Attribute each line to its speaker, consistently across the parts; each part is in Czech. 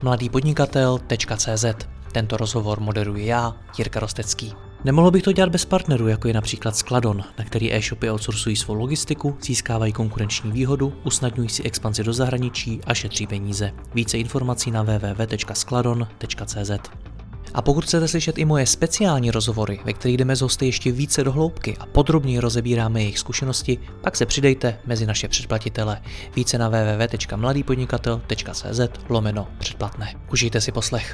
Speaker 1: mladýpodnikatel.cz. Tento rozhovor moderuji já, Jirka Rostecký. Nemohl bych to dělat bez partnerů, jako je například Skladon, na který e-shopy outsourcují svou logistiku, získávají konkurenční výhodu, usnadňují si expanzi do zahraničí a šetří peníze. Více informací na www.skladon.cz. A pokud chcete slyšet i moje speciální rozhovory, ve kterých jdeme s hosty ještě více do hloubky a podrobněji rozebíráme jejich zkušenosti, pak se přidejte mezi naše předplatitele. Více na www.mladýpodnikatel.cz/předplatné. Užijte si poslech.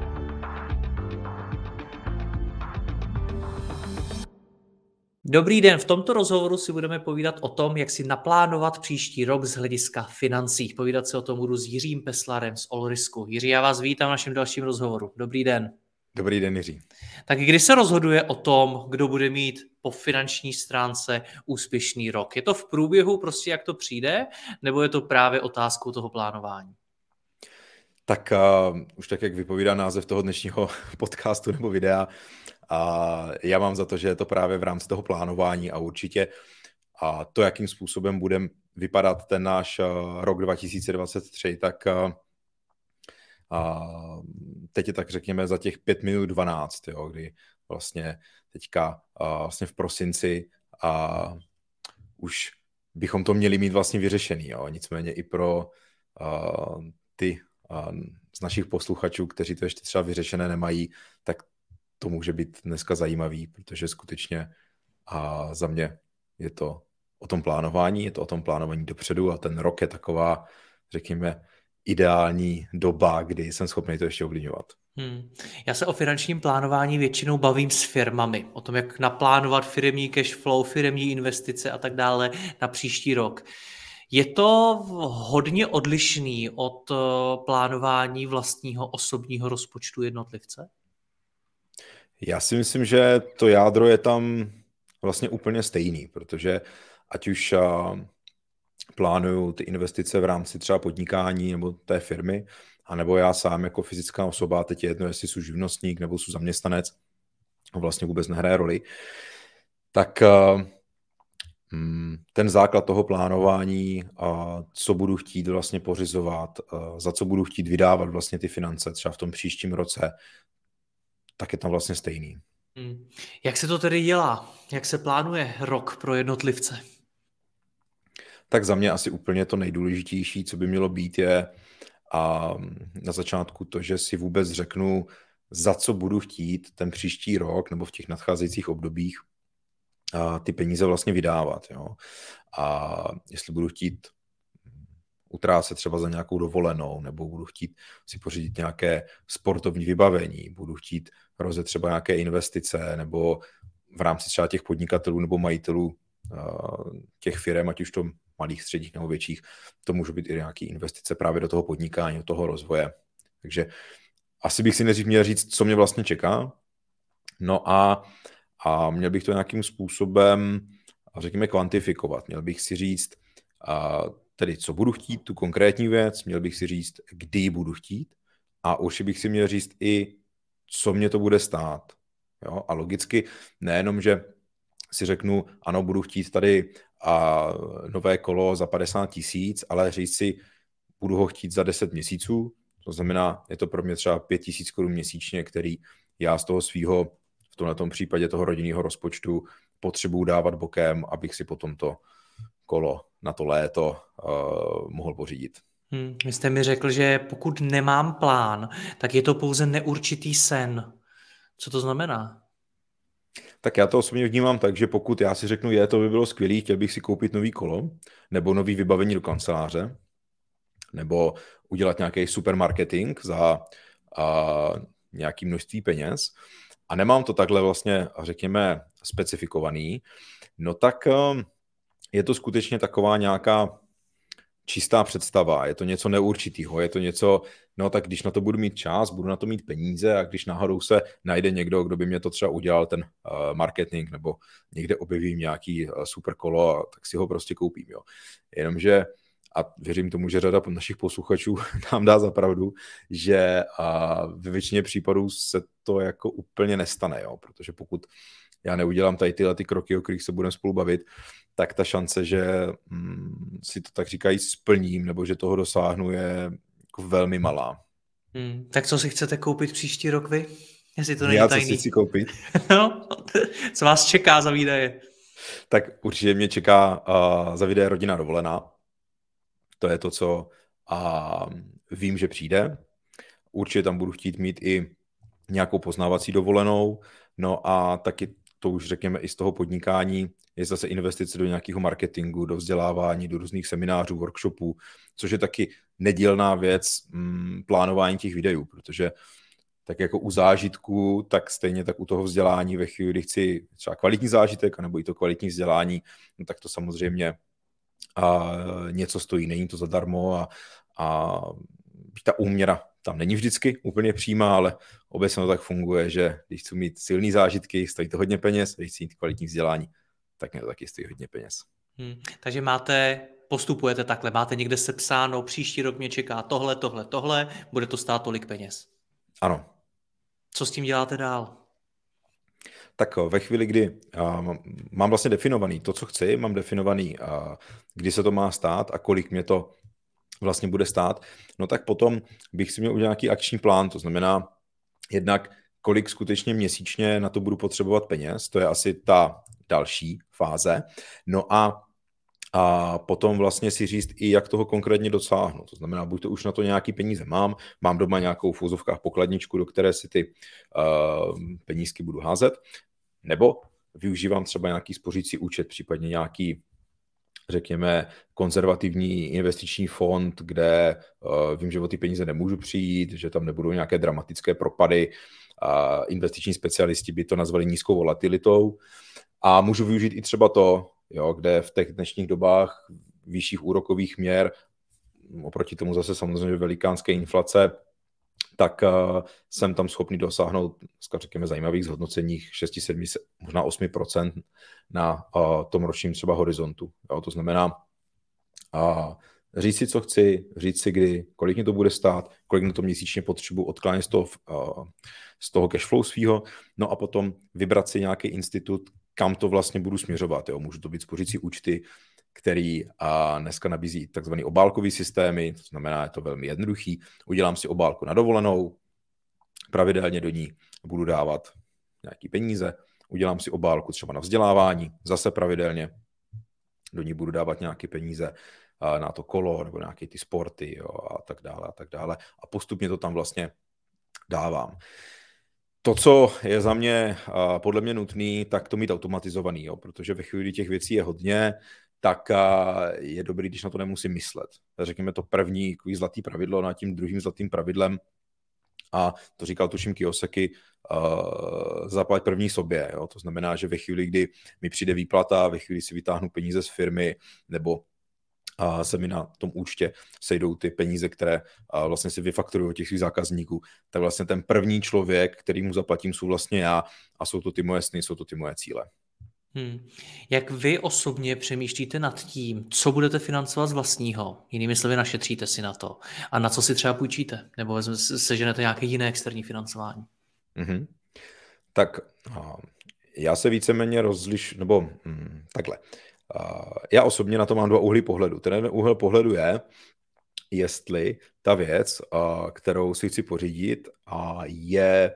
Speaker 1: Dobrý den, v tomto rozhovoru si budeme povídat o tom, jak si naplánovat příští rok z hlediska financí. Povídat se o tom budu s Jiřím Peslarem z Allrisku. Jiří, já vás vítám v našem dalším rozhovoru. Dobrý den.
Speaker 2: Dobrý den, Jiří.
Speaker 1: Tak kdy se rozhoduje o tom, kdo bude mít po finanční stránce úspěšný rok? Je to v průběhu, prostě jak to přijde, nebo je to právě otázkou toho plánování?
Speaker 2: Tak už tak, jak vypovídá název toho dnešního podcastu nebo videa, já mám za to, že je to právě v rámci toho plánování a určitě to, jakým způsobem bude vypadat ten náš rok 2023, tak teď je tak řekněme za těch 5 minut 12, jo, kdy vlastně teďka vlastně v prosinci už bychom to měli mít vlastně vyřešený. Jo. Nicméně i pro ty z našich posluchačů, kteří to ještě třeba vyřešené nemají, tak to může být dneska zajímavý, protože skutečně za mě je to o tom plánování, je to o tom plánování dopředu a ten rok je taková, řekněme, ideální doba, kdy jsem schopný to ještě ovlivňovat.
Speaker 1: Já se o finančním plánování většinou bavím s firmami, o tom, jak naplánovat firemní cash flow, firemní investice a tak dále na příští rok. Je to hodně odlišný od plánování vlastního osobního rozpočtu jednotlivce?
Speaker 2: Já si myslím, že to jádro je tam vlastně úplně stejný, protože ať už plánuju ty investice v rámci třeba podnikání nebo té firmy, anebo já sám jako fyzická osoba, teď je jedno, jestli jsou živnostník nebo jsou zaměstnanec, vlastně vůbec nehraje roli, tak ten základ toho plánování, co budu chtít vlastně pořizovat, za co budu chtít vydávat vlastně ty finance třeba v tom příštím roce, tak je tam vlastně stejný.
Speaker 1: Jak se to tedy dělá? Jak se plánuje rok pro jednotlivce?
Speaker 2: Tak za mě asi úplně to nejdůležitější, co by mělo být, je na začátku to, že si vůbec řeknu, za co budu chtít ten příští rok nebo v těch nadcházejících obdobích ty peníze vlastně vydávat. Jo? A jestli budu chtít utrácet třeba za nějakou dovolenou, nebo budu chtít si pořídit nějaké sportovní vybavení, budu chtít rozjet třeba nějaké investice, nebo v rámci třeba těch podnikatelů nebo majitelů těch firem, ať už to malých, středních nebo větších, to můžou být i nějaké investice právě do toho podnikání, do toho rozvoje. Takže asi bych si nejdřív měl říct, co mě vlastně čeká. No a měl bych to nějakým způsobem, řekněme, kvantifikovat. Měl bych si říct, tedy co budu chtít, tu konkrétní věc, měl bych si říct, kdy budu chtít a určitě bych si měl říct i, co mě to bude stát. Jo? A logicky nejenom, že si řeknu, ano, budu chtít tady nové kolo za 50 000, ale říct si, budu ho chtít za 10 měsíců, to znamená, je to pro mě třeba 5 000 korun měsíčně, který já z toho svýho, v tomto případě toho rodinného rozpočtu, potřebuji dávat bokem, abych si potom to kolo na to léto mohl pořídit.
Speaker 1: Vy jste mi řekl, že pokud nemám plán, tak je to pouze neurčitý sen. Co to znamená?
Speaker 2: Tak já to osobně vnímám tak, že pokud já si řeknu, to by bylo skvělý, chtěl bych si koupit nový kolo, nebo nový vybavení do kanceláře, nebo udělat nějaký supermarketing za nějaké množství peněz a nemám to takhle vlastně, řekněme, specifikovaný, no tak je to skutečně taková nějaká čistá představa, je to něco neurčitýho, je to něco, no tak když na to budu mít čas, budu na to mít peníze a když náhodou se najde někdo, kdo by mě to třeba udělal, ten marketing, nebo někde objevím nějaký super kolo, tak si ho prostě koupím, jo. Jenomže, a věřím tomu, že řada našich posluchačů nám dá za pravdu, že ve většině případů se to jako úplně nestane, jo, protože pokud já neudělám tady tyhle ty kroky, o kterých se budeme spolu bavit, tak ta šance, že si to tak říkají splním, nebo že toho dosáhnu, je jako velmi malá.
Speaker 1: Tak co si chcete koupit příští rok vy? Jestli to není
Speaker 2: Já co si chci
Speaker 1: tajný.
Speaker 2: koupit?
Speaker 1: No, co vás čeká za výdaje?
Speaker 2: Tak určitě mě čeká za videa rodinná dovolená. To je to, co vím, že přijde. Určitě tam budu chtít mít i nějakou poznávací dovolenou. No a taky to už řekněme i z toho podnikání, je zase investice do nějakého marketingu, do vzdělávání, do různých seminářů, workshopů, což je taky nedílná věc plánování těch videů, protože tak jako u zážitku, tak stejně tak u toho vzdělání ve chvíli, kdy chci třeba kvalitní zážitek, anebo i to kvalitní vzdělání, no tak to samozřejmě něco stojí, není to zadarmo a ta úměra tam není vždycky úplně přímá, ale obecně to tak funguje, že když chci mít silný zážitky, stojí to hodně peněz, když chci mít kvalitní vzdělání, tak mě to taky stojí hodně peněz.
Speaker 1: Takže postupujete takhle, máte někde sepsáno, příští rok mě čeká tohle, bude to stát tolik peněz.
Speaker 2: Ano.
Speaker 1: Co s tím děláte dál?
Speaker 2: Tak ve chvíli, kdy mám vlastně definovaný to, co chci, mám definovaný, kdy se to má stát a kolik mě to vlastně bude stát, no tak potom bych si měl udělat nějaký akční plán, to znamená jednak kolik skutečně měsíčně na to budu potřebovat peněz, to je asi ta další fáze, no a potom vlastně si říct i, jak toho konkrétně dosáhnu. To znamená, buď to už na to nějaký peníze mám doma nějakou v úzovkách pokladničku, do které si ty penízky budu házet, nebo využívám třeba nějaký spořící účet, případně nějaký, řekněme, konzervativní investiční fond, kde vím, že o ty peníze nemůžu přijít, že tam nebudou nějaké dramatické propady. Investiční specialisti by to nazvali nízkou volatilitou. A můžu využít i třeba to, kde v těch dnešních dobách vyšších úrokových měr, oproti tomu zase samozřejmě velikánské inflace, tak jsem tam schopný dosáhnout, řekněme, zajímavých zhodnoceních 6, 7, možná 8% na tom ročním třeba horizontu. Jo, to znamená říct si, co chci, říct si kdy, kolik mě to bude stát, kolik na to měsíčně potřebuji odklánět z toho cashflow svýho, no a potom vybrat si nějaký institut, kam to vlastně budu směřovat. Jo. Můžu to být spořící účty, který dneska nabízí takzvaný obálkový systémy, to znamená, je to velmi jednoduchý. Udělám si obálku na dovolenou, pravidelně do ní budu dávat nějaký peníze, udělám si obálku třeba na vzdělávání, zase pravidelně do ní budu dávat nějaké peníze na to kolo nebo nějaké ty sporty, jo, a tak dále a tak dále. A postupně to tam vlastně dávám. To, co je za mě podle mě nutný, tak to mít automatizovaný, jo, protože ve chvíli těch věcí je hodně, tak je dobrý, když na to nemusím myslet. Řekněme to první zlatý pravidlo nad tím druhým zlatým pravidlem, a to říkal tuším Kiyosaki, zaplať první sobě. Jo? To znamená, že ve chvíli, kdy mi přijde výplata, ve chvíli si vytáhnu peníze z firmy, nebo se mi na tom účtě sejdou ty peníze, které vlastně si vyfakturují od těch svých zákazníků, tak vlastně ten první člověk, který mu zaplatím, jsou vlastně já a jsou to ty moje sny, jsou to ty moje cíle.
Speaker 1: Jak vy osobně přemýšlíte nad tím, co budete financovat z vlastního? Jinými slovy, našetříte si na to. A na co si třeba půjčíte? Nebo seženete nějaké jiné externí financování?
Speaker 2: Tak já se víceméně takhle. Já osobně na to mám dva úhly pohledu. Ten jeden úhel pohledu je, jestli ta věc, kterou si chci pořídit, je,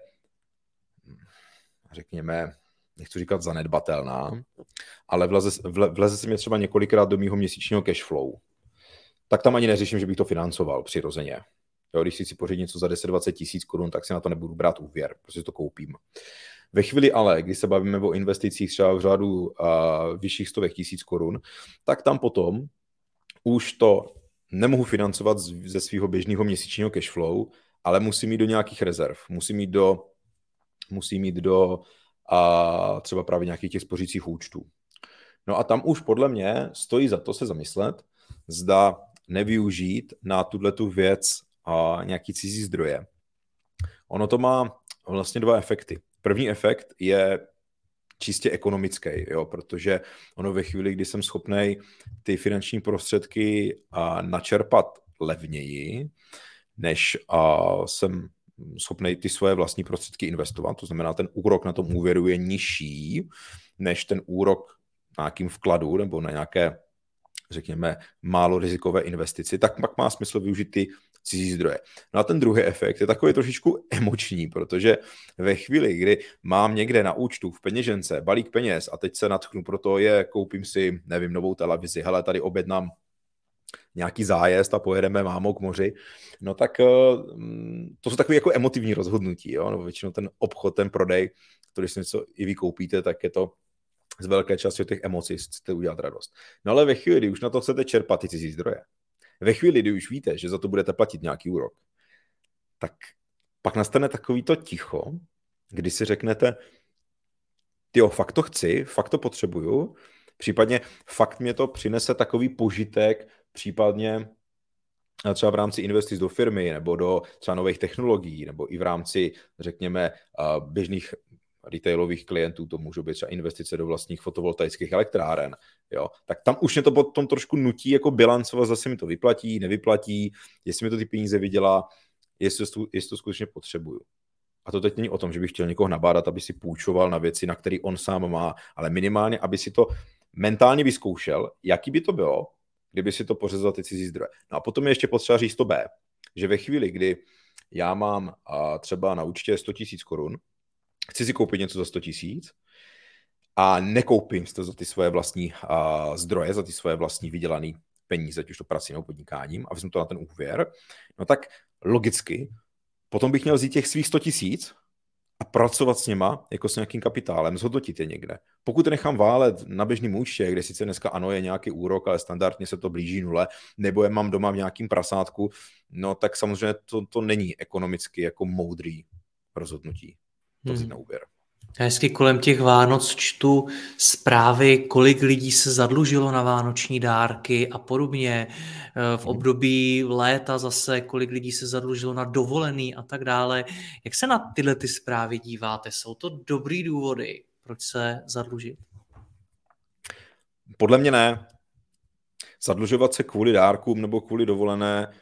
Speaker 2: řekněme, nechci říkat zanedbatelná, ale vleze se mi třeba několikrát do mýho měsíčního cashflow. Tak tam ani neřeším, že bych to financoval přirozeně. Jo, když si chci pořídit něco za 10-20 tisíc korun, tak si na to nebudu brát úvěr, protože to koupím. Ve chvíli ale, když se bavíme o investicích třeba v řádu vyšších stovek tisíc korun, tak tam potom už to nemohu financovat ze svého běžného měsíčního cashflow, ale musím jít do nějakých rezerv. Musím jít do třeba právě nějakých těch spořících účtů. No a tam už podle mě stojí za to se zamyslet, zda nevyužít na tuhletu věc nějaký cizí zdroje. Ono to má vlastně dva efekty. První efekt je čistě ekonomický, jo, protože ono ve chvíli, kdy jsem schopnej ty finanční prostředky načerpat levněji, než jsem schopnej ty svoje vlastní prostředky investovat, to znamená, ten úrok na tom úvěru je nižší, než ten úrok na nějakým vkladu nebo na nějaké, řekněme, málo rizikové investici, tak pak má smysl využít ty cizí zdroje. No a ten druhý efekt je takový trošičku emoční, protože ve chvíli, kdy mám někde na účtu v peněžence balík peněz a teď se nadchnu, proto koupím si, nevím, novou televizi, hele, tady objednám nějaký zájezd a pojedeme, mámo, k moři, no tak to jsou takové jako emotivní rozhodnutí, jo? No, většinou ten obchod, ten prodej, to když si něco i vy koupíte, tak je to z velké části těch emocí, chcete udělat radost. No ale ve chvíli, kdy už na to chcete čerpat ty cizí zdroje, ve chvíli, kdy už víte, že za to budete platit nějaký úrok, tak pak nastane takový to ticho, kdy si řeknete, tyjo, fakt to chci, fakt to potřebuju, případně fakt mě to přinese takový požitek, případně třeba v rámci investic do firmy nebo do třeba nových technologií, nebo i v rámci, řekněme, běžných retailových klientů, to můžou být třeba investice do vlastních fotovoltaických elektráren, jo, tak tam už mě to potom trošku nutí jako bilancovat, zase mi to vyplatí, nevyplatí, jestli mi to ty peníze vydělá, jestli to skutečně potřebuju. A to teď není o tom, že bych chtěl někoho nabádat, aby si půjčoval na věci, na které on sám má, ale minimálně, aby si to mentálně vyzkoušel, jaký by to bylo, kdyby si to pořezal ty cizí zdroje. No a potom je ještě potřeba říct to B, že ve chvíli, kdy já mám třeba na účtě 100 000 korun, chci si koupit něco za 100 000 a nekoupím si to za ty svoje vlastní zdroje, za ty svoje vlastní vydělané peníze, ať už to prací nebo podnikáním, a vezmu to na ten úvěr, no tak logicky potom bych měl vzít těch svých 100 000 a pracovat s něma jako s nějakým kapitálem, zhodnotit je někde. Pokud nechám válet na běžném účtě, kde sice dneska ano, je nějaký úrok, ale standardně se to blíží nule, nebo je mám doma v nějakým prasátku, no tak samozřejmě to není ekonomicky jako moudrý rozhodnutí to vzít na úvěr.
Speaker 1: Já hezky kolem těch Vánoc čtu zprávy, kolik lidí se zadlužilo na vánoční dárky a podobně. V období léta zase, kolik lidí se zadlužilo na dovolený a tak dále. Jak se na tyhle ty zprávy díváte? Jsou to dobrý důvody, proč se zadlužit?
Speaker 2: Podle mě ne. Zadlužovat se kvůli dárkům nebo kvůli dovolené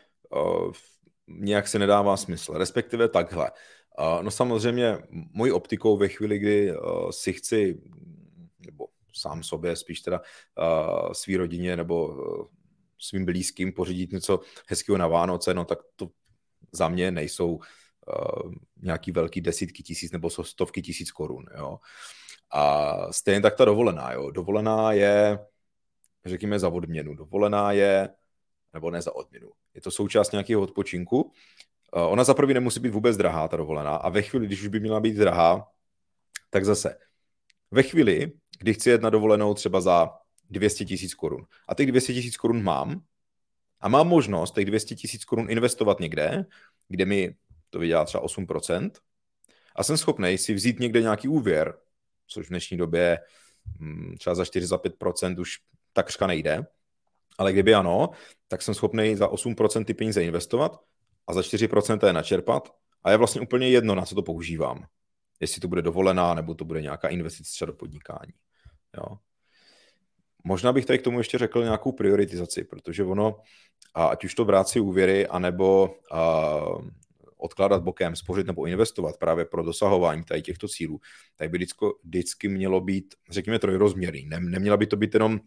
Speaker 2: nějak se nedává smysl. Respektive takhle. No samozřejmě mojí optikou ve chvíli, kdy si chci, nebo sám sobě, spíš teda svý rodině nebo svým blízkým pořídit něco hezkého na Vánoce, no tak to za mě nejsou nějaký velký desítky tisíc nebo stovky tisíc korun, jo. A stejně tak ta dovolená, jo. Dovolená je, řekněme, za odměnu. Dovolená je, nebo ne za odměnu. Je to součást nějakého odpočinku. Ona za první nemusí být vůbec drahá, ta dovolená. A ve chvíli, když už by měla být drahá, tak zase. Ve chvíli, kdy chci jet na dovolenou třeba za 200 000 korun a těch 200 000 korun mám a mám možnost těch 200 000 korun investovat někde, kde mi to vydělá třeba 8% a jsem schopnej si vzít někde nějaký úvěr, což v dnešní době třeba za 4-5% už takřka nejde, ale kdyby ano, tak jsem schopnej za 8% ty peníze investovat a za 4% je načerpat a je vlastně úplně jedno, na co to používám. Jestli to bude dovolená, nebo to bude nějaká investice třeba do podnikání. Jo. Možná bych tady k tomu ještě řekl nějakou prioritizaci, protože ono, ať už to brát si úvěry, anebo odkládat bokem, spořit nebo investovat právě pro dosahování tady těchto cílů, tak by vždycky mělo být, řekněme, trojrozměrný. Neměla by to být jenom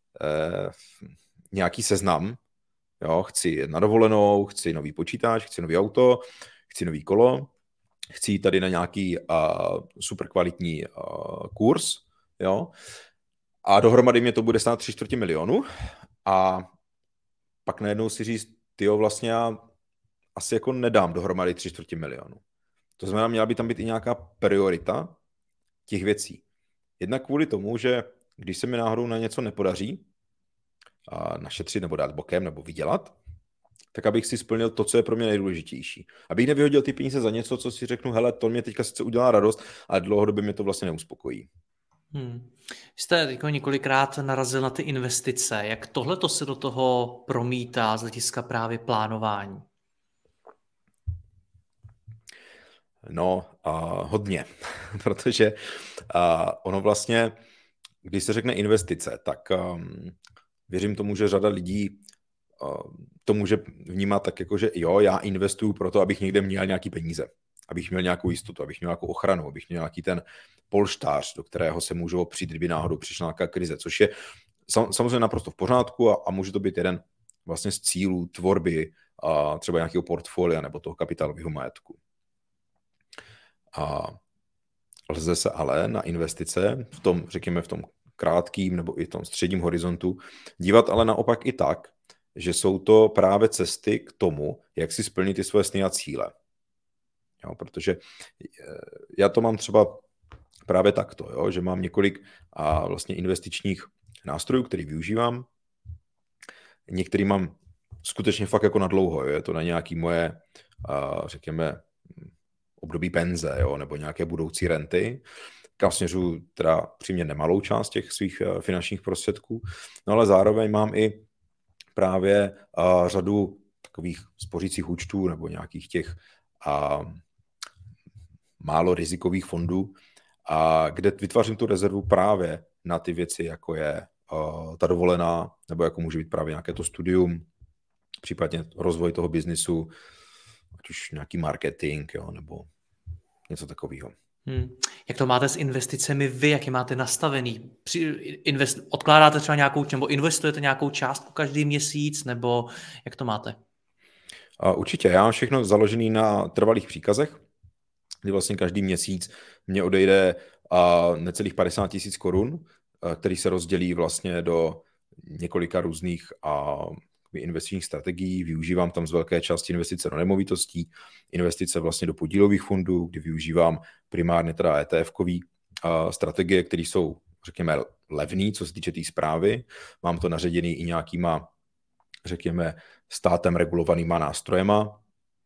Speaker 2: nějaký seznam. Jo, chci jít na dovolenou, chci nový počítač, chci nový auto, chci nový kolo, chci jít tady na nějaký super kvalitní kurz, jo, a dohromady mě to bude stát 3/4 milionu a pak najednou si říct, tyjo, vlastně já asi jako nedám dohromady 3/4 milionu. To znamená, měla by tam být i nějaká priorita těch věcí. Jednak kvůli tomu, že když se mi náhodou na něco nepodaří, našetřit nebo dát bokem nebo vydělat, tak abych si splnil to, co je pro mě nejdůležitější. Abych nevyhodil ty peníze za něco, co si řeknu, hele, to mě teďka sice udělá radost, ale dlouhodobě mě to vlastně neuspokojí.
Speaker 1: Jste několikrát narazil na ty investice. Jak tohleto se do toho promítá z hlediska právě plánování?
Speaker 2: No, hodně, protože ono vlastně, když se řekne investice, tak věřím tomu, že řada lidí to může vnímat tak jako, že jo, já investuju proto, abych někde měl nějaký peníze, abych měl nějakou jistotu, abych měl nějakou ochranu, abych měl nějaký ten polštář, do kterého se můžu opřít, kdyby náhodou přišla nějaká krize, což je samozřejmě naprosto v pořádku a může to být jeden vlastně z cílů tvorby třeba nějakého portfolia nebo toho kapitálového majetku. A lze se ale na investice v tom, řekněme, v tom krátkým nebo i v tom středním horizontu dívat ale naopak i tak, že jsou to právě cesty k tomu, jak si splnit ty svoje sny a cíle. Jo, protože já to mám třeba právě takto, jo, že mám několik vlastně investičních nástrojů, který využívám. Některý mám skutečně fakt jako na dlouho, jo, je to na nějaký moje, řekněme, období penze, jo, nebo nějaké budoucí renty, kam směřuju teda přímě nemalou část těch svých finančních prostředků, no ale zároveň mám i právě řadu takových spořících účtů nebo nějakých těch málo rizikových fondů, kde vytvářím tu rezervu právě na ty věci, jako je ta dovolená, nebo jako může být právě nějaké to studium, případně rozvoj toho biznisu, ať už nějaký marketing, jo, nebo něco takového.
Speaker 1: Jak to máte s investicemi vy, jak je máte nastavený? Odkládáte třeba nějakou, nebo investujete nějakou částku každý měsíc, nebo jak to máte?
Speaker 2: Určitě, já mám všechno založené na trvalých příkazech, kdy vlastně každý měsíc mě odejde necelých 50 000 korun, který se rozdělí vlastně do několika různých investičních strategií. Využívám tam z velké části investice do nemovitostí, investice vlastně do podílových fondů, kdy využívám primárně teda ETF-kový strategie, které jsou, řekněme, levný, co se týče té správy. Mám to naředěný i nějakýma, řekněme, státem regulovanýma nástrojema.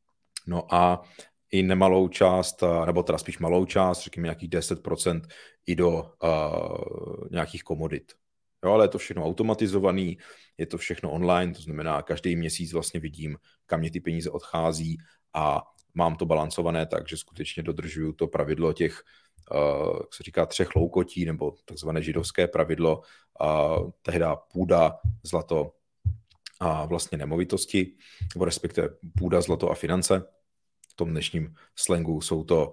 Speaker 2: No a i nemalou část, nebo teda spíš malou část, řekněme nějakých 10% i do nějakých komodit. Jo, ale je to všechno automatizovaný, je to všechno online, to znamená, každý měsíc vlastně vidím, kam mě ty peníze odchází a mám to balancované tak, že skutečně dodržuju to pravidlo těch, jak se říká, 3 loukotí, nebo takzvané židovské pravidlo, tehda půda, zlato a vlastně nemovitosti, nebo respektive půda, zlato a finance. V tom dnešním slangu jsou to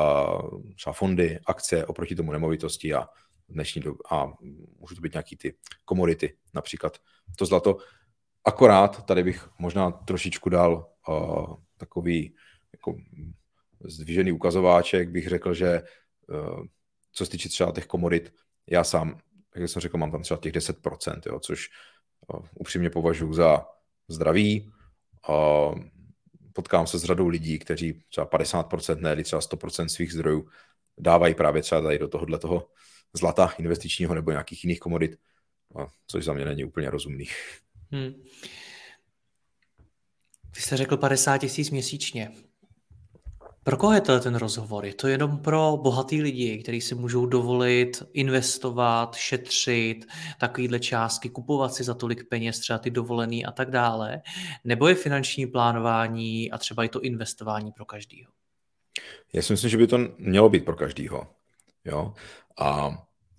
Speaker 2: třeba fondy, akcie oproti tomu nemovitosti a dnešní doby, a můžou to být nějaký ty komodity, například to zlato. Akorát tady bych možná trošičku dal takový jako zdvižený ukazováček, bych řekl, že co se týče třeba těch komodit, já sám, jak jsem řekl, mám tam třeba těch 10%, jo, což upřímně považuji za zdravý. Potkám se s řadou lidí, kteří třeba 50%, ne, třeba 100% svých zdrojů dávají právě třeba tady do tohoto zlata investičního nebo nějakých jiných komodit, což za mě není úplně rozumný.
Speaker 1: Vy jste řekl 50 000 měsíčně. Pro koho je ten rozhovor? Je to jenom pro bohatý lidi, kteří si můžou dovolit investovat, šetřit takovýhle částky, kupovat si za tolik peněz, třeba ty dovolený a tak dále? Nebo je finanční plánování a třeba i to investování pro každýho?
Speaker 2: Já si myslím, že by to mělo být pro každýho. Jo? A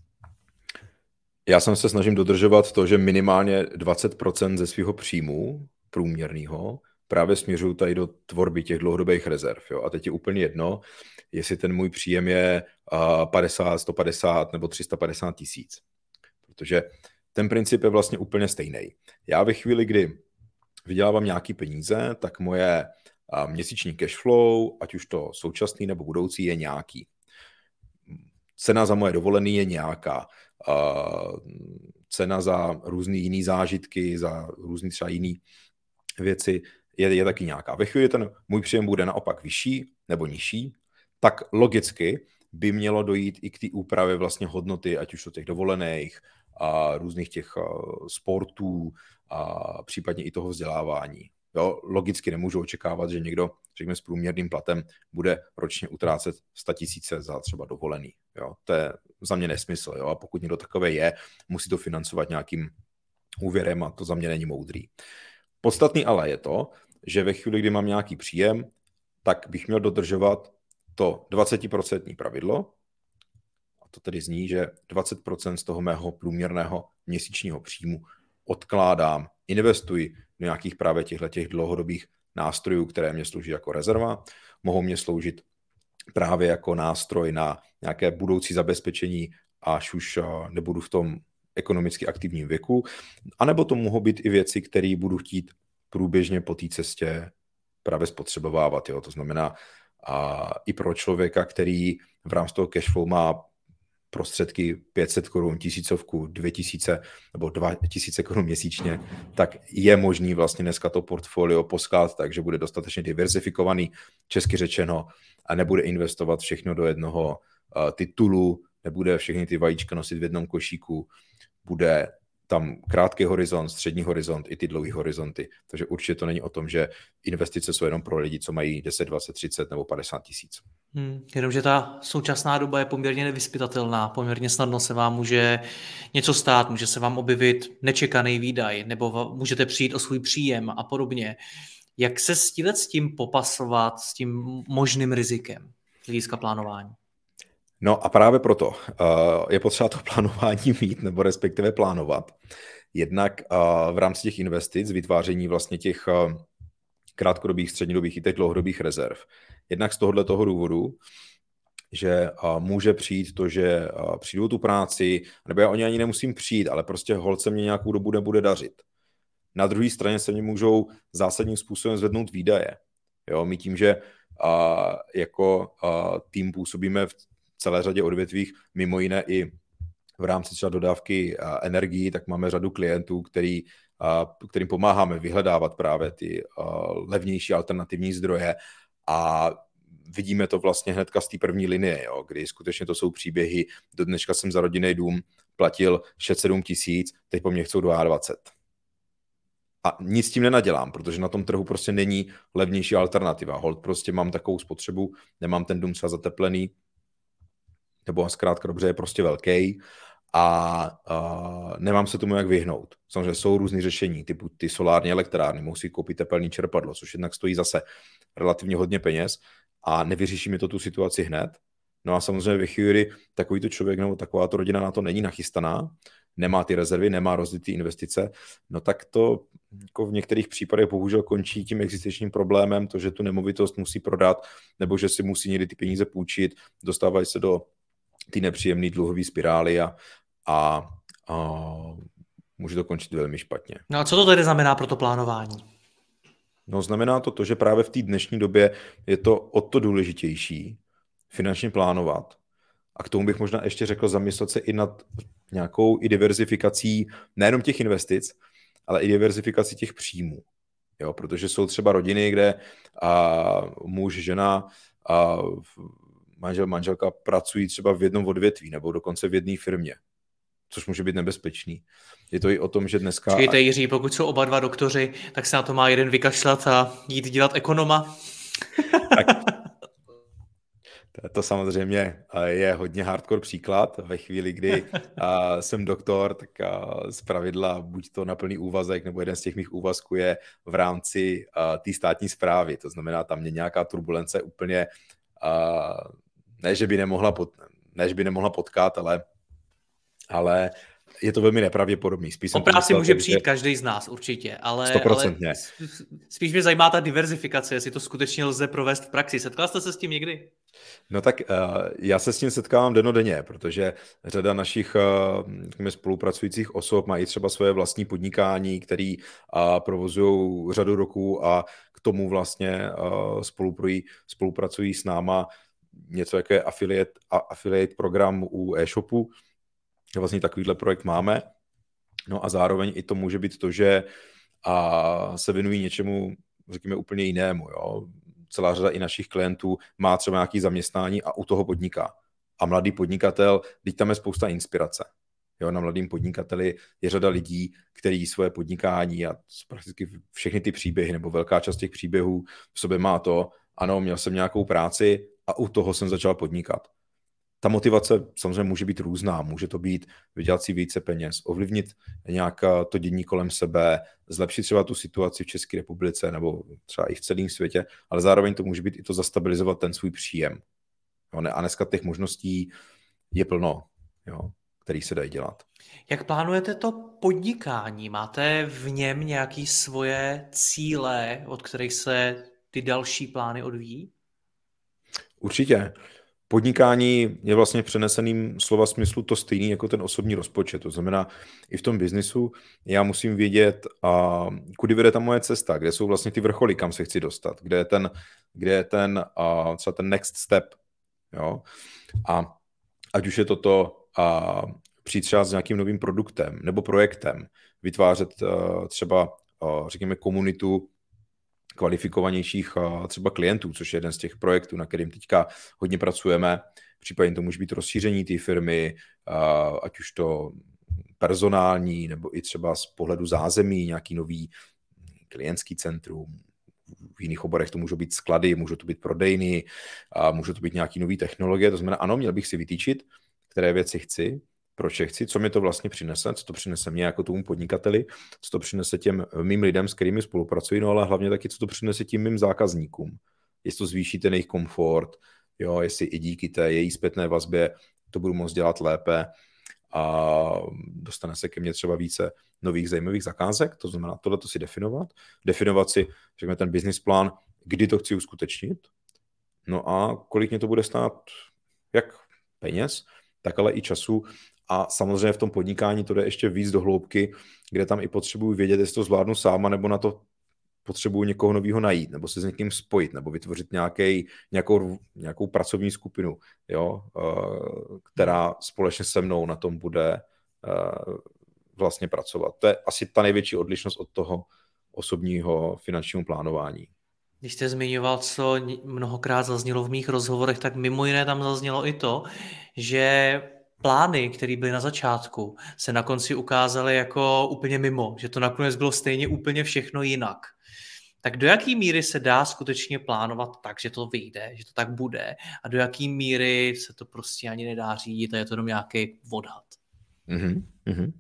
Speaker 2: já se snažím dodržovat to, že minimálně 20% ze svého příjmu průměrného právě směřuju tady do tvorby těch dlouhodobých rezerv. Jo? A teď je úplně jedno, jestli ten můj příjem je 50, 150 nebo 350 tisíc. Protože ten princip je vlastně úplně stejný. Já ve chvíli, kdy vydělávám nějaký peníze, tak moje měsíční cash flow, ať už to současný nebo budoucí, je nějaký. Cena za moje dovolený je nějaká. Cena za různý jiný zážitky, za různý třeba jiný věci je taky nějaká. Ve chvíli ten můj příjem bude naopak vyšší nebo nižší, tak logicky by mělo dojít i k té úpravě vlastně hodnoty, ať už to těch dovolených, a různých těch sportů a případně i toho vzdělávání. Jo, logicky nemůžu očekávat, že někdo, řekněme, s průměrným platem bude ročně utrácet 100 000 za třeba dovolený. Jo, to je za mě nesmysl. Jo, a pokud někdo takové je, musí to financovat nějakým úvěrem a to za mě není moudrý. Podstatný ale je to, že ve chvíli, kdy mám nějaký příjem, tak bych měl dodržovat to 20% pravidlo. A to tedy zní, že 20% z toho mého průměrného měsíčního příjmu odkládám, investuji do nějakých právě těch dlouhodobých nástrojů, které mě slouží jako rezerva, mohou mě sloužit právě jako nástroj na nějaké budoucí zabezpečení, až už nebudu v tom ekonomicky aktivním věku, anebo to mohou být i věci, které budu chtít průběžně po té cestě právě spotřebovávat. Jo? To znamená i pro člověka, který v rámci toho cashflow má prostředky 500 korun, 1000, 2000 nebo 2000 korun měsíčně, tak je možný vlastně dneska to portfolio posklad, takže bude dostatečně diverzifikovaný, česky řečeno, a nebude investovat všechno do jednoho titulu, nebude všechny ty vajíčka nosit v jednom košíku, bude tam krátký horizont, střední horizont i ty dlouhý horizonty. Takže určitě to není o tom, že investice jsou jenom pro lidi, co mají 10, 20, 30 nebo 50 tisíc.
Speaker 1: Jenomže ta současná doba je poměrně nevyzpytatelná, poměrně snadno se vám může něco stát, může se vám objevit nečekaný výdaj, nebo můžete přijít o svůj příjem a podobně. Jak se s tím popasovat, s tím možným rizikem z hlediska plánování?
Speaker 2: No a právě proto je potřeba to plánování mít, nebo respektive plánovat. Jednak v rámci těch investic, vytváření vlastně těch krátkodobých, střednědobých i těch dlouhodobých rezerv. Jednak z tohoto důvodu, že může přijít to, že přijdu tu práci, nebo já o ně ani nemusím přijít, ale prostě holt se mě nějakou dobu nebude dařit. Na druhé straně se mě můžou zásadním způsobem zvednout výdaje. Jo, my tím, že jako tým působíme v celé řadě odvětvích, mimo jiné i v rámci třeba dodávky energií, tak máme řadu klientů, kterým pomáháme vyhledávat právě ty levnější alternativní zdroje a vidíme to vlastně hnedka z té první linie, jo, kdy skutečně to jsou příběhy. Do dneška jsem za rodinný dům platil 6-7 tisíc, teď po mně chcou 22. A nic s tím nenadělám, protože na tom trhu prostě není levnější alternativa. Holt prostě mám takovou spotřebu, nemám ten dům třeba zateplený, nebo zkrátka dobře je prostě velký a nemám se tomu jak vyhnout. Samozřejmě jsou různý řešení, typu ty solární elektrárny, musí koupit tepelný čerpadlo, což jednak stojí zase relativně hodně peněz a nevyřeší mi to tu situaci hned. No a samozřejmě ve chvíli takovýto člověk nebo takováto rodina na to není nachystaná, nemá ty rezervy, nemá rozlitý investice, no tak to jako v některých případech bohužel končí tím existenčním problémem, to, že tu nemovitost musí prodat, nebo že si musí někdy ty peníze půjčit, dostávají se do ty nepříjemné dluhové spirály a může to končit velmi špatně.
Speaker 1: No a co to tedy znamená pro to plánování?
Speaker 2: No znamená to, že právě v té dnešní době je to o to důležitější finančně plánovat. A k tomu bych možná ještě řekl zamyslet se i nad nějakou i diverzifikací nejenom těch investic, ale i diverzifikací těch příjmů. Jo, protože jsou třeba rodiny, kde muž, žena a manželka pracují třeba v jednom odvětví nebo dokonce v jedné firmě, což může být nebezpečný. Je to i o tom, že dneska...
Speaker 1: Počkejte, Jiří, pokud jsou oba dva doktoři, tak se na to má jeden vykašlat a jít dělat ekonoma.
Speaker 2: Tak, to samozřejmě je hodně hardcore příklad. Ve chvíli, kdy jsem doktor, tak zpravidla buď to na plný úvazek, nebo jeden z těch mých úvazků je v rámci té státní správy. To znamená, tam je nějaká turbulence úplně... Ne, že by nemohla potkat, ale je to velmi nepravděpodobný.
Speaker 1: O práci může přijít každý z nás určitě, ale spíš mě zajímá ta diverzifikace, jestli to skutečně lze provést v praxi. Setkal jste se s tím někdy?
Speaker 2: No tak já se s tím setkávám dennodenně, protože řada našich spolupracujících osob mají třeba svoje vlastní podnikání, který provozují řadu roků a k tomu vlastně spolupracují s náma něco jako je affiliate program u e-shopu. Vlastně takovýhle projekt máme. No a zároveň i to může být to, že se věnují něčemu, řekněme, úplně jinému. Jo? Celá řada i našich klientů má třeba nějaké zaměstnání a u toho podniká. A mladý podnikatel, teď tam je spousta inspirace. Jo? Na mladým podnikateli je řada lidí, kteří svoje podnikání a prakticky všechny ty příběhy, nebo velká část těch příběhů v sobě má to, ano, měl jsem nějakou práci a u toho jsem začal podnikat. Ta motivace samozřejmě může být různá. Může to být vydělat si více peněz, ovlivnit nějak to dění kolem sebe, zlepšit třeba tu situaci v České republice nebo třeba i v celém světě, ale zároveň to může být i to zastabilizovat ten svůj příjem. Jo, a dneska těch možností je plno, jo, který se dají dělat.
Speaker 1: Jak plánujete to podnikání? Máte v něm nějaké svoje cíle, od kterých se ty další plány odvíjí?
Speaker 2: Určitě. Podnikání je vlastně v přeneseným slova smyslu to stejný jako ten osobní rozpočet. To znamená, i v tom biznisu já musím vědět, kudy vede ta moje cesta, kde jsou vlastně ty vrcholy, kam se chci dostat, kde je ten třeba ten next step. Jo? A ať už je toto přijít třeba s nějakým novým produktem nebo projektem, vytvářet třeba, řekněme, komunitu kvalifikovanějších třeba klientů, což je jeden z těch projektů, na kterým teďka hodně pracujeme. Případně to může být rozšíření té firmy, ať už to personální, nebo i třeba z pohledu zázemí, nějaký nový klientský centrum. V jiných oborech to můžou být sklady, můžou to být prodejny, můžou to být nějaký nový technologie. To znamená, ano, měl bych si vytýčit, které věci chci, proč je chci, co mi to vlastně přinese, co to přinese mě jako tomu podnikateli, co to přinese těm mým lidem, s kterými spolupracuji, no ale hlavně taky, co to přinese tím mým zákazníkům. Jestli to zvýší ten jejich komfort, jo, jestli i díky té její zpětné vazbě to budu moct dělat lépe a dostane se ke mně třeba více nových zajímavých zakázek, to znamená tohleto si definovat si, řekněme, ten business plán, kdy to chci uskutečnit, no a kolik mě to bude stát, jak peněz, tak ale i času. A samozřejmě v tom podnikání to jde ještě víc do hloubky, kde tam i potřebuji vědět, jestli to zvládnu sám, nebo na to potřebuji někoho nového najít, nebo se s někým spojit, nebo vytvořit nějakou pracovní skupinu, jo, která společně se mnou na tom bude vlastně pracovat. To je asi ta největší odlišnost od toho osobního finančního plánování.
Speaker 1: Když jste zmiňoval, co mnohokrát zaznělo v mých rozhovorech, tak mimo jiné tam zaznělo i to, že plány, které byly na začátku, se na konci ukázaly jako úplně mimo, že to nakonec bylo stejně úplně všechno jinak. Tak do jaký míry se dá skutečně plánovat tak, že to vyjde, že to tak bude, a do jaký míry se to prostě ani nedá řídit a je to jenom nějaký odhad?
Speaker 2: Mm-hmm.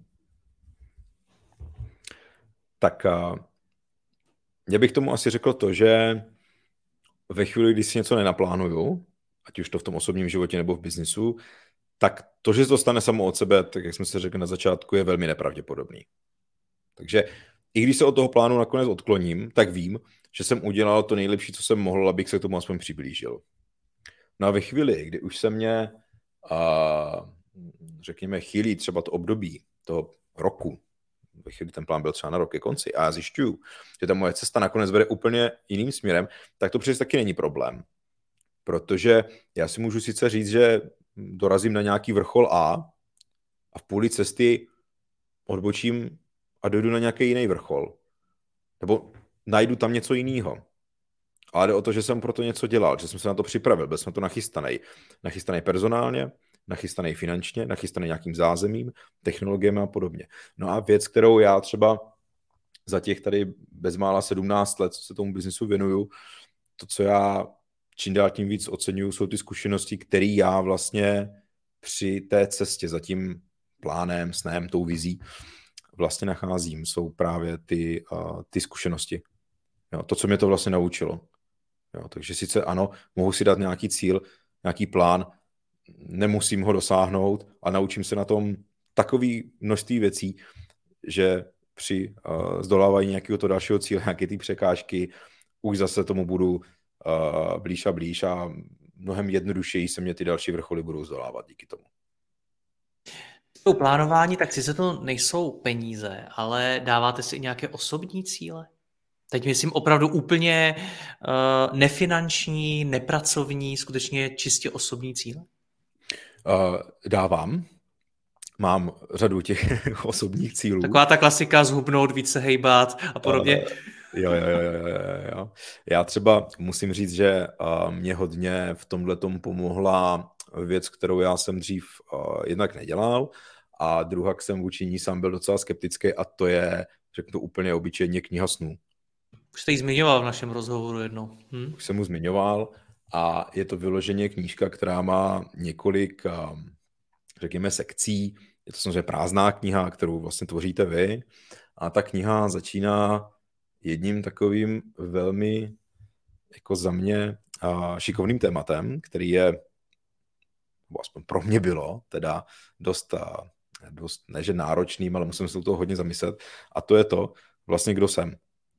Speaker 2: Tak já bych tomu asi řekl to, že ve chvíli, kdy si něco nenaplánuju, ať už to v tom osobním životě nebo v biznisu, tak to, že to stane samo od sebe, tak jak jsme si řekli na začátku, je velmi nepravděpodobný. Takže i když se od toho plánu nakonec odkloním, tak vím, že jsem udělal to nejlepší, co jsem mohl, abych se k tomu aspoň přiblížil. No a ve chvíli, kdy už se mě, řekněme, chýlí třeba to období toho roku, ve chvíli ten plán byl třeba na rok ke konci a já zjišťuju, že ta moje cesta nakonec vede úplně jiným směrem, tak to přece taky není problém. Protože já si můžu sice říct, že dorazím na nějaký vrchol a v půli cesty odbočím a dojdu na nějaký jiný vrchol. Nebo najdu tam něco jiného. Ale jde o to, že jsem pro to něco dělal, že jsem se na to připravil, byl jsem to nachystaný. Nachystaný personálně, nachystaný finančně, nachystaný nějakým zázemím, technologiemi a podobně. No a věc, kterou já třeba za těch tady bezmála 17 let, co se tomu biznisu věnuju, to, co já čím dál tím víc oceňuju, jsou ty zkušenosti, které já vlastně při té cestě za tím plánem, snem, tou vizí vlastně nacházím, jsou právě ty zkušenosti. Jo, to, co mě to vlastně naučilo. Jo, takže sice ano, mohu si dát nějaký cíl, nějaký plán, nemusím ho dosáhnout, ale naučím se na tom takový množství věcí, že při zdolávání nějakého to dalšího cíle, nějaké ty překážky, už zase tomu budu blíž a mnohem jednodušeji se mě ty další vrcholy budou zdolávat díky tomu.
Speaker 1: To plánování, tak sice to nejsou peníze, ale dáváte si i nějaké osobní cíle? Teď myslím opravdu úplně nefinanční, nepracovní, skutečně čistě osobní cíle?
Speaker 2: Dávám. Mám řadu těch osobních cílů.
Speaker 1: Taková ta klasika zhubnout, více hejbat a podobně.
Speaker 2: Jo. Já třeba musím říct, že mě hodně v tomhletom pomohla věc, kterou já jsem dřív jednak nedělal a druhak jsem vůči ní sám byl docela skeptický a to je, řeknu to úplně obyčejně, kniha snů.
Speaker 1: Už jste ji zmiňoval v našem rozhovoru jednou.
Speaker 2: Už jsem mu zmiňoval a je to vyloženě knížka, která má několik, řekněme, sekcí. Je to samozřejmě prázdná kniha, kterou vlastně tvoříte vy a ta kniha začíná jedním takovým velmi, jako za mě, šikovným tématem, který je, nebo aspoň pro mě bylo, teda dost neže náročným, ale musím se u toho hodně zamyslet. A to je to, vlastně kdo jsem.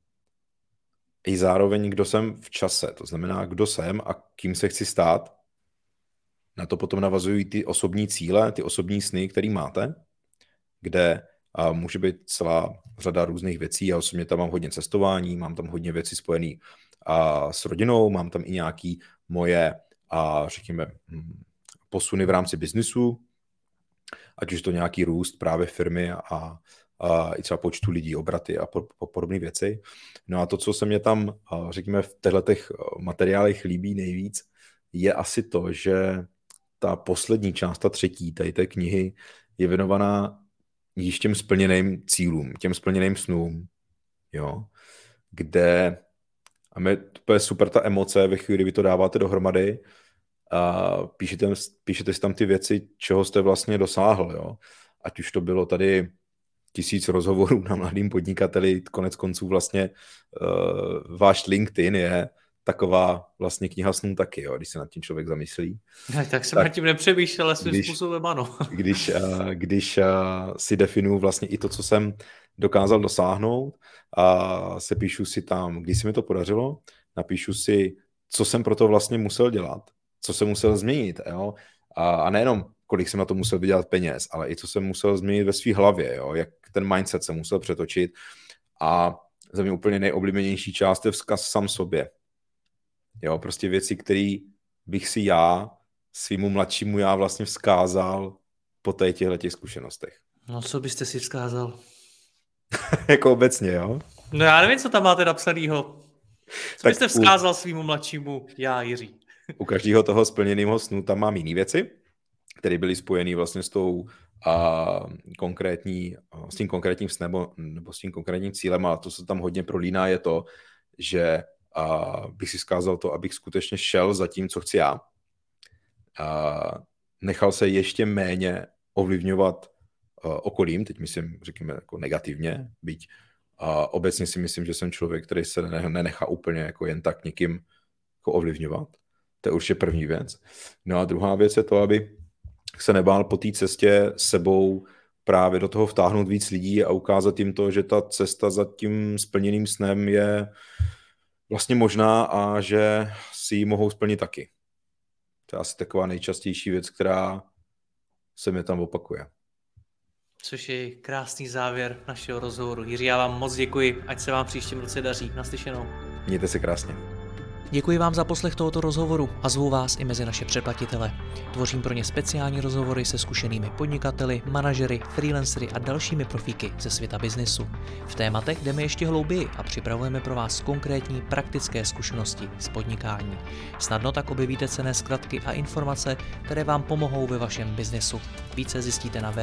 Speaker 2: I zároveň kdo jsem v čase. To znamená, kdo jsem a kým se chci stát Na to potom navazují ty osobní cíle, ty osobní sny, které máte, kde může být celá řada různých věcí. Já osobně tam mám hodně cestování, mám tam hodně věcí spojené s rodinou, mám tam i nějaké moje, řekněme, posuny v rámci biznisu, ať už to nějaký růst právě firmy a i třeba počtu lidí, obraty a podobné věci. No a to, co se mě tam, řekněme, v těchto materiálech líbí nejvíc, je asi to, že ta poslední část, ta třetí tady té knihy, je věnovaná již těm splněným cílům, těm splněným snům, jo, kde a to je super ta emoce ve chvíli, kdy vy to dáváte dohromady a píšete si tam ty věci, čeho jste vlastně dosáhl, jo. Ať už to bylo tady 1000 rozhovorů na mladým podnikateli, konec konců vlastně váš LinkedIn je taková vlastně kniha snů taky, jo, když se nad tím člověk zamyslí.
Speaker 1: Tak jsem nad tím nepřemýšlel, ale svým způsobem ano.
Speaker 2: Když si definuju vlastně i to, co jsem dokázal dosáhnout a sepíšu si tam, když se mi to podařilo, napíšu si, co jsem pro to vlastně musel dělat, co jsem musel změnit, jo, a nejenom kolik jsem na to musel vydělat peněz, ale i co jsem musel změnit ve své hlavě, jo, jak ten mindset jsem musel přetočit a za mě úplně nejoblíbenější část je vzkaz sám sobě. Jo, prostě věci, které bych si já, svýmu mladšímu já vlastně vzkázal po těchto zkušenostech.
Speaker 1: No, co byste si vzkázal?
Speaker 2: Jako obecně, jo?
Speaker 1: No já nevím, co tam máte napsanýho. Co byste vzkázal svýmu mladšímu já, Jiří?
Speaker 2: U každého toho splněného snu tam mám jiné věci, které byly spojené vlastně s tou s tím konkrétním snem nebo s tím konkrétním cílem, a to, co tam hodně prolíná, je to, že bych si vzkázal to, abych skutečně šel za tím, co chci já. Nechal se ještě méně ovlivňovat okolím, teď myslím, řekněme, jako negativně, byť obecně si myslím, že jsem člověk, který se nenechá úplně jako jen tak někým jako ovlivňovat. To je určitě první věc. No a druhá věc je to, aby se nebál po té cestě sebou právě do toho vtáhnout víc lidí a ukázat jim to, že ta cesta za tím splněným snem je vlastně možná a že si ji mohou splnit taky. To je asi taková nejčastější věc, která se mi tam opakuje.
Speaker 1: Což je krásný závěr našeho rozhovoru. Jiří, já vám moc děkuji, ať se vám příštím roce daří. Naslyšenou.
Speaker 2: Mějte se krásně.
Speaker 1: Děkuji vám za poslech tohoto rozhovoru a zvu vás i mezi naše předplatitele. Tvořím pro ně speciální rozhovory se zkušenými podnikateli, manažery, freelancery a dalšími profíky ze světa biznesu. V tématech jdeme ještě hlouběji a připravujeme pro vás konkrétní praktické zkušenosti z podnikání. Snadno tak objevíte cenné zkratky a informace, které vám pomohou ve vašem biznesu. Více zjistíte na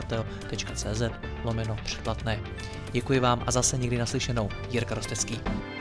Speaker 1: www.mladýpodnikatel.cz/předplatné. Děkuji vám a zase někdy naslyšenou. Jirka Rostecký.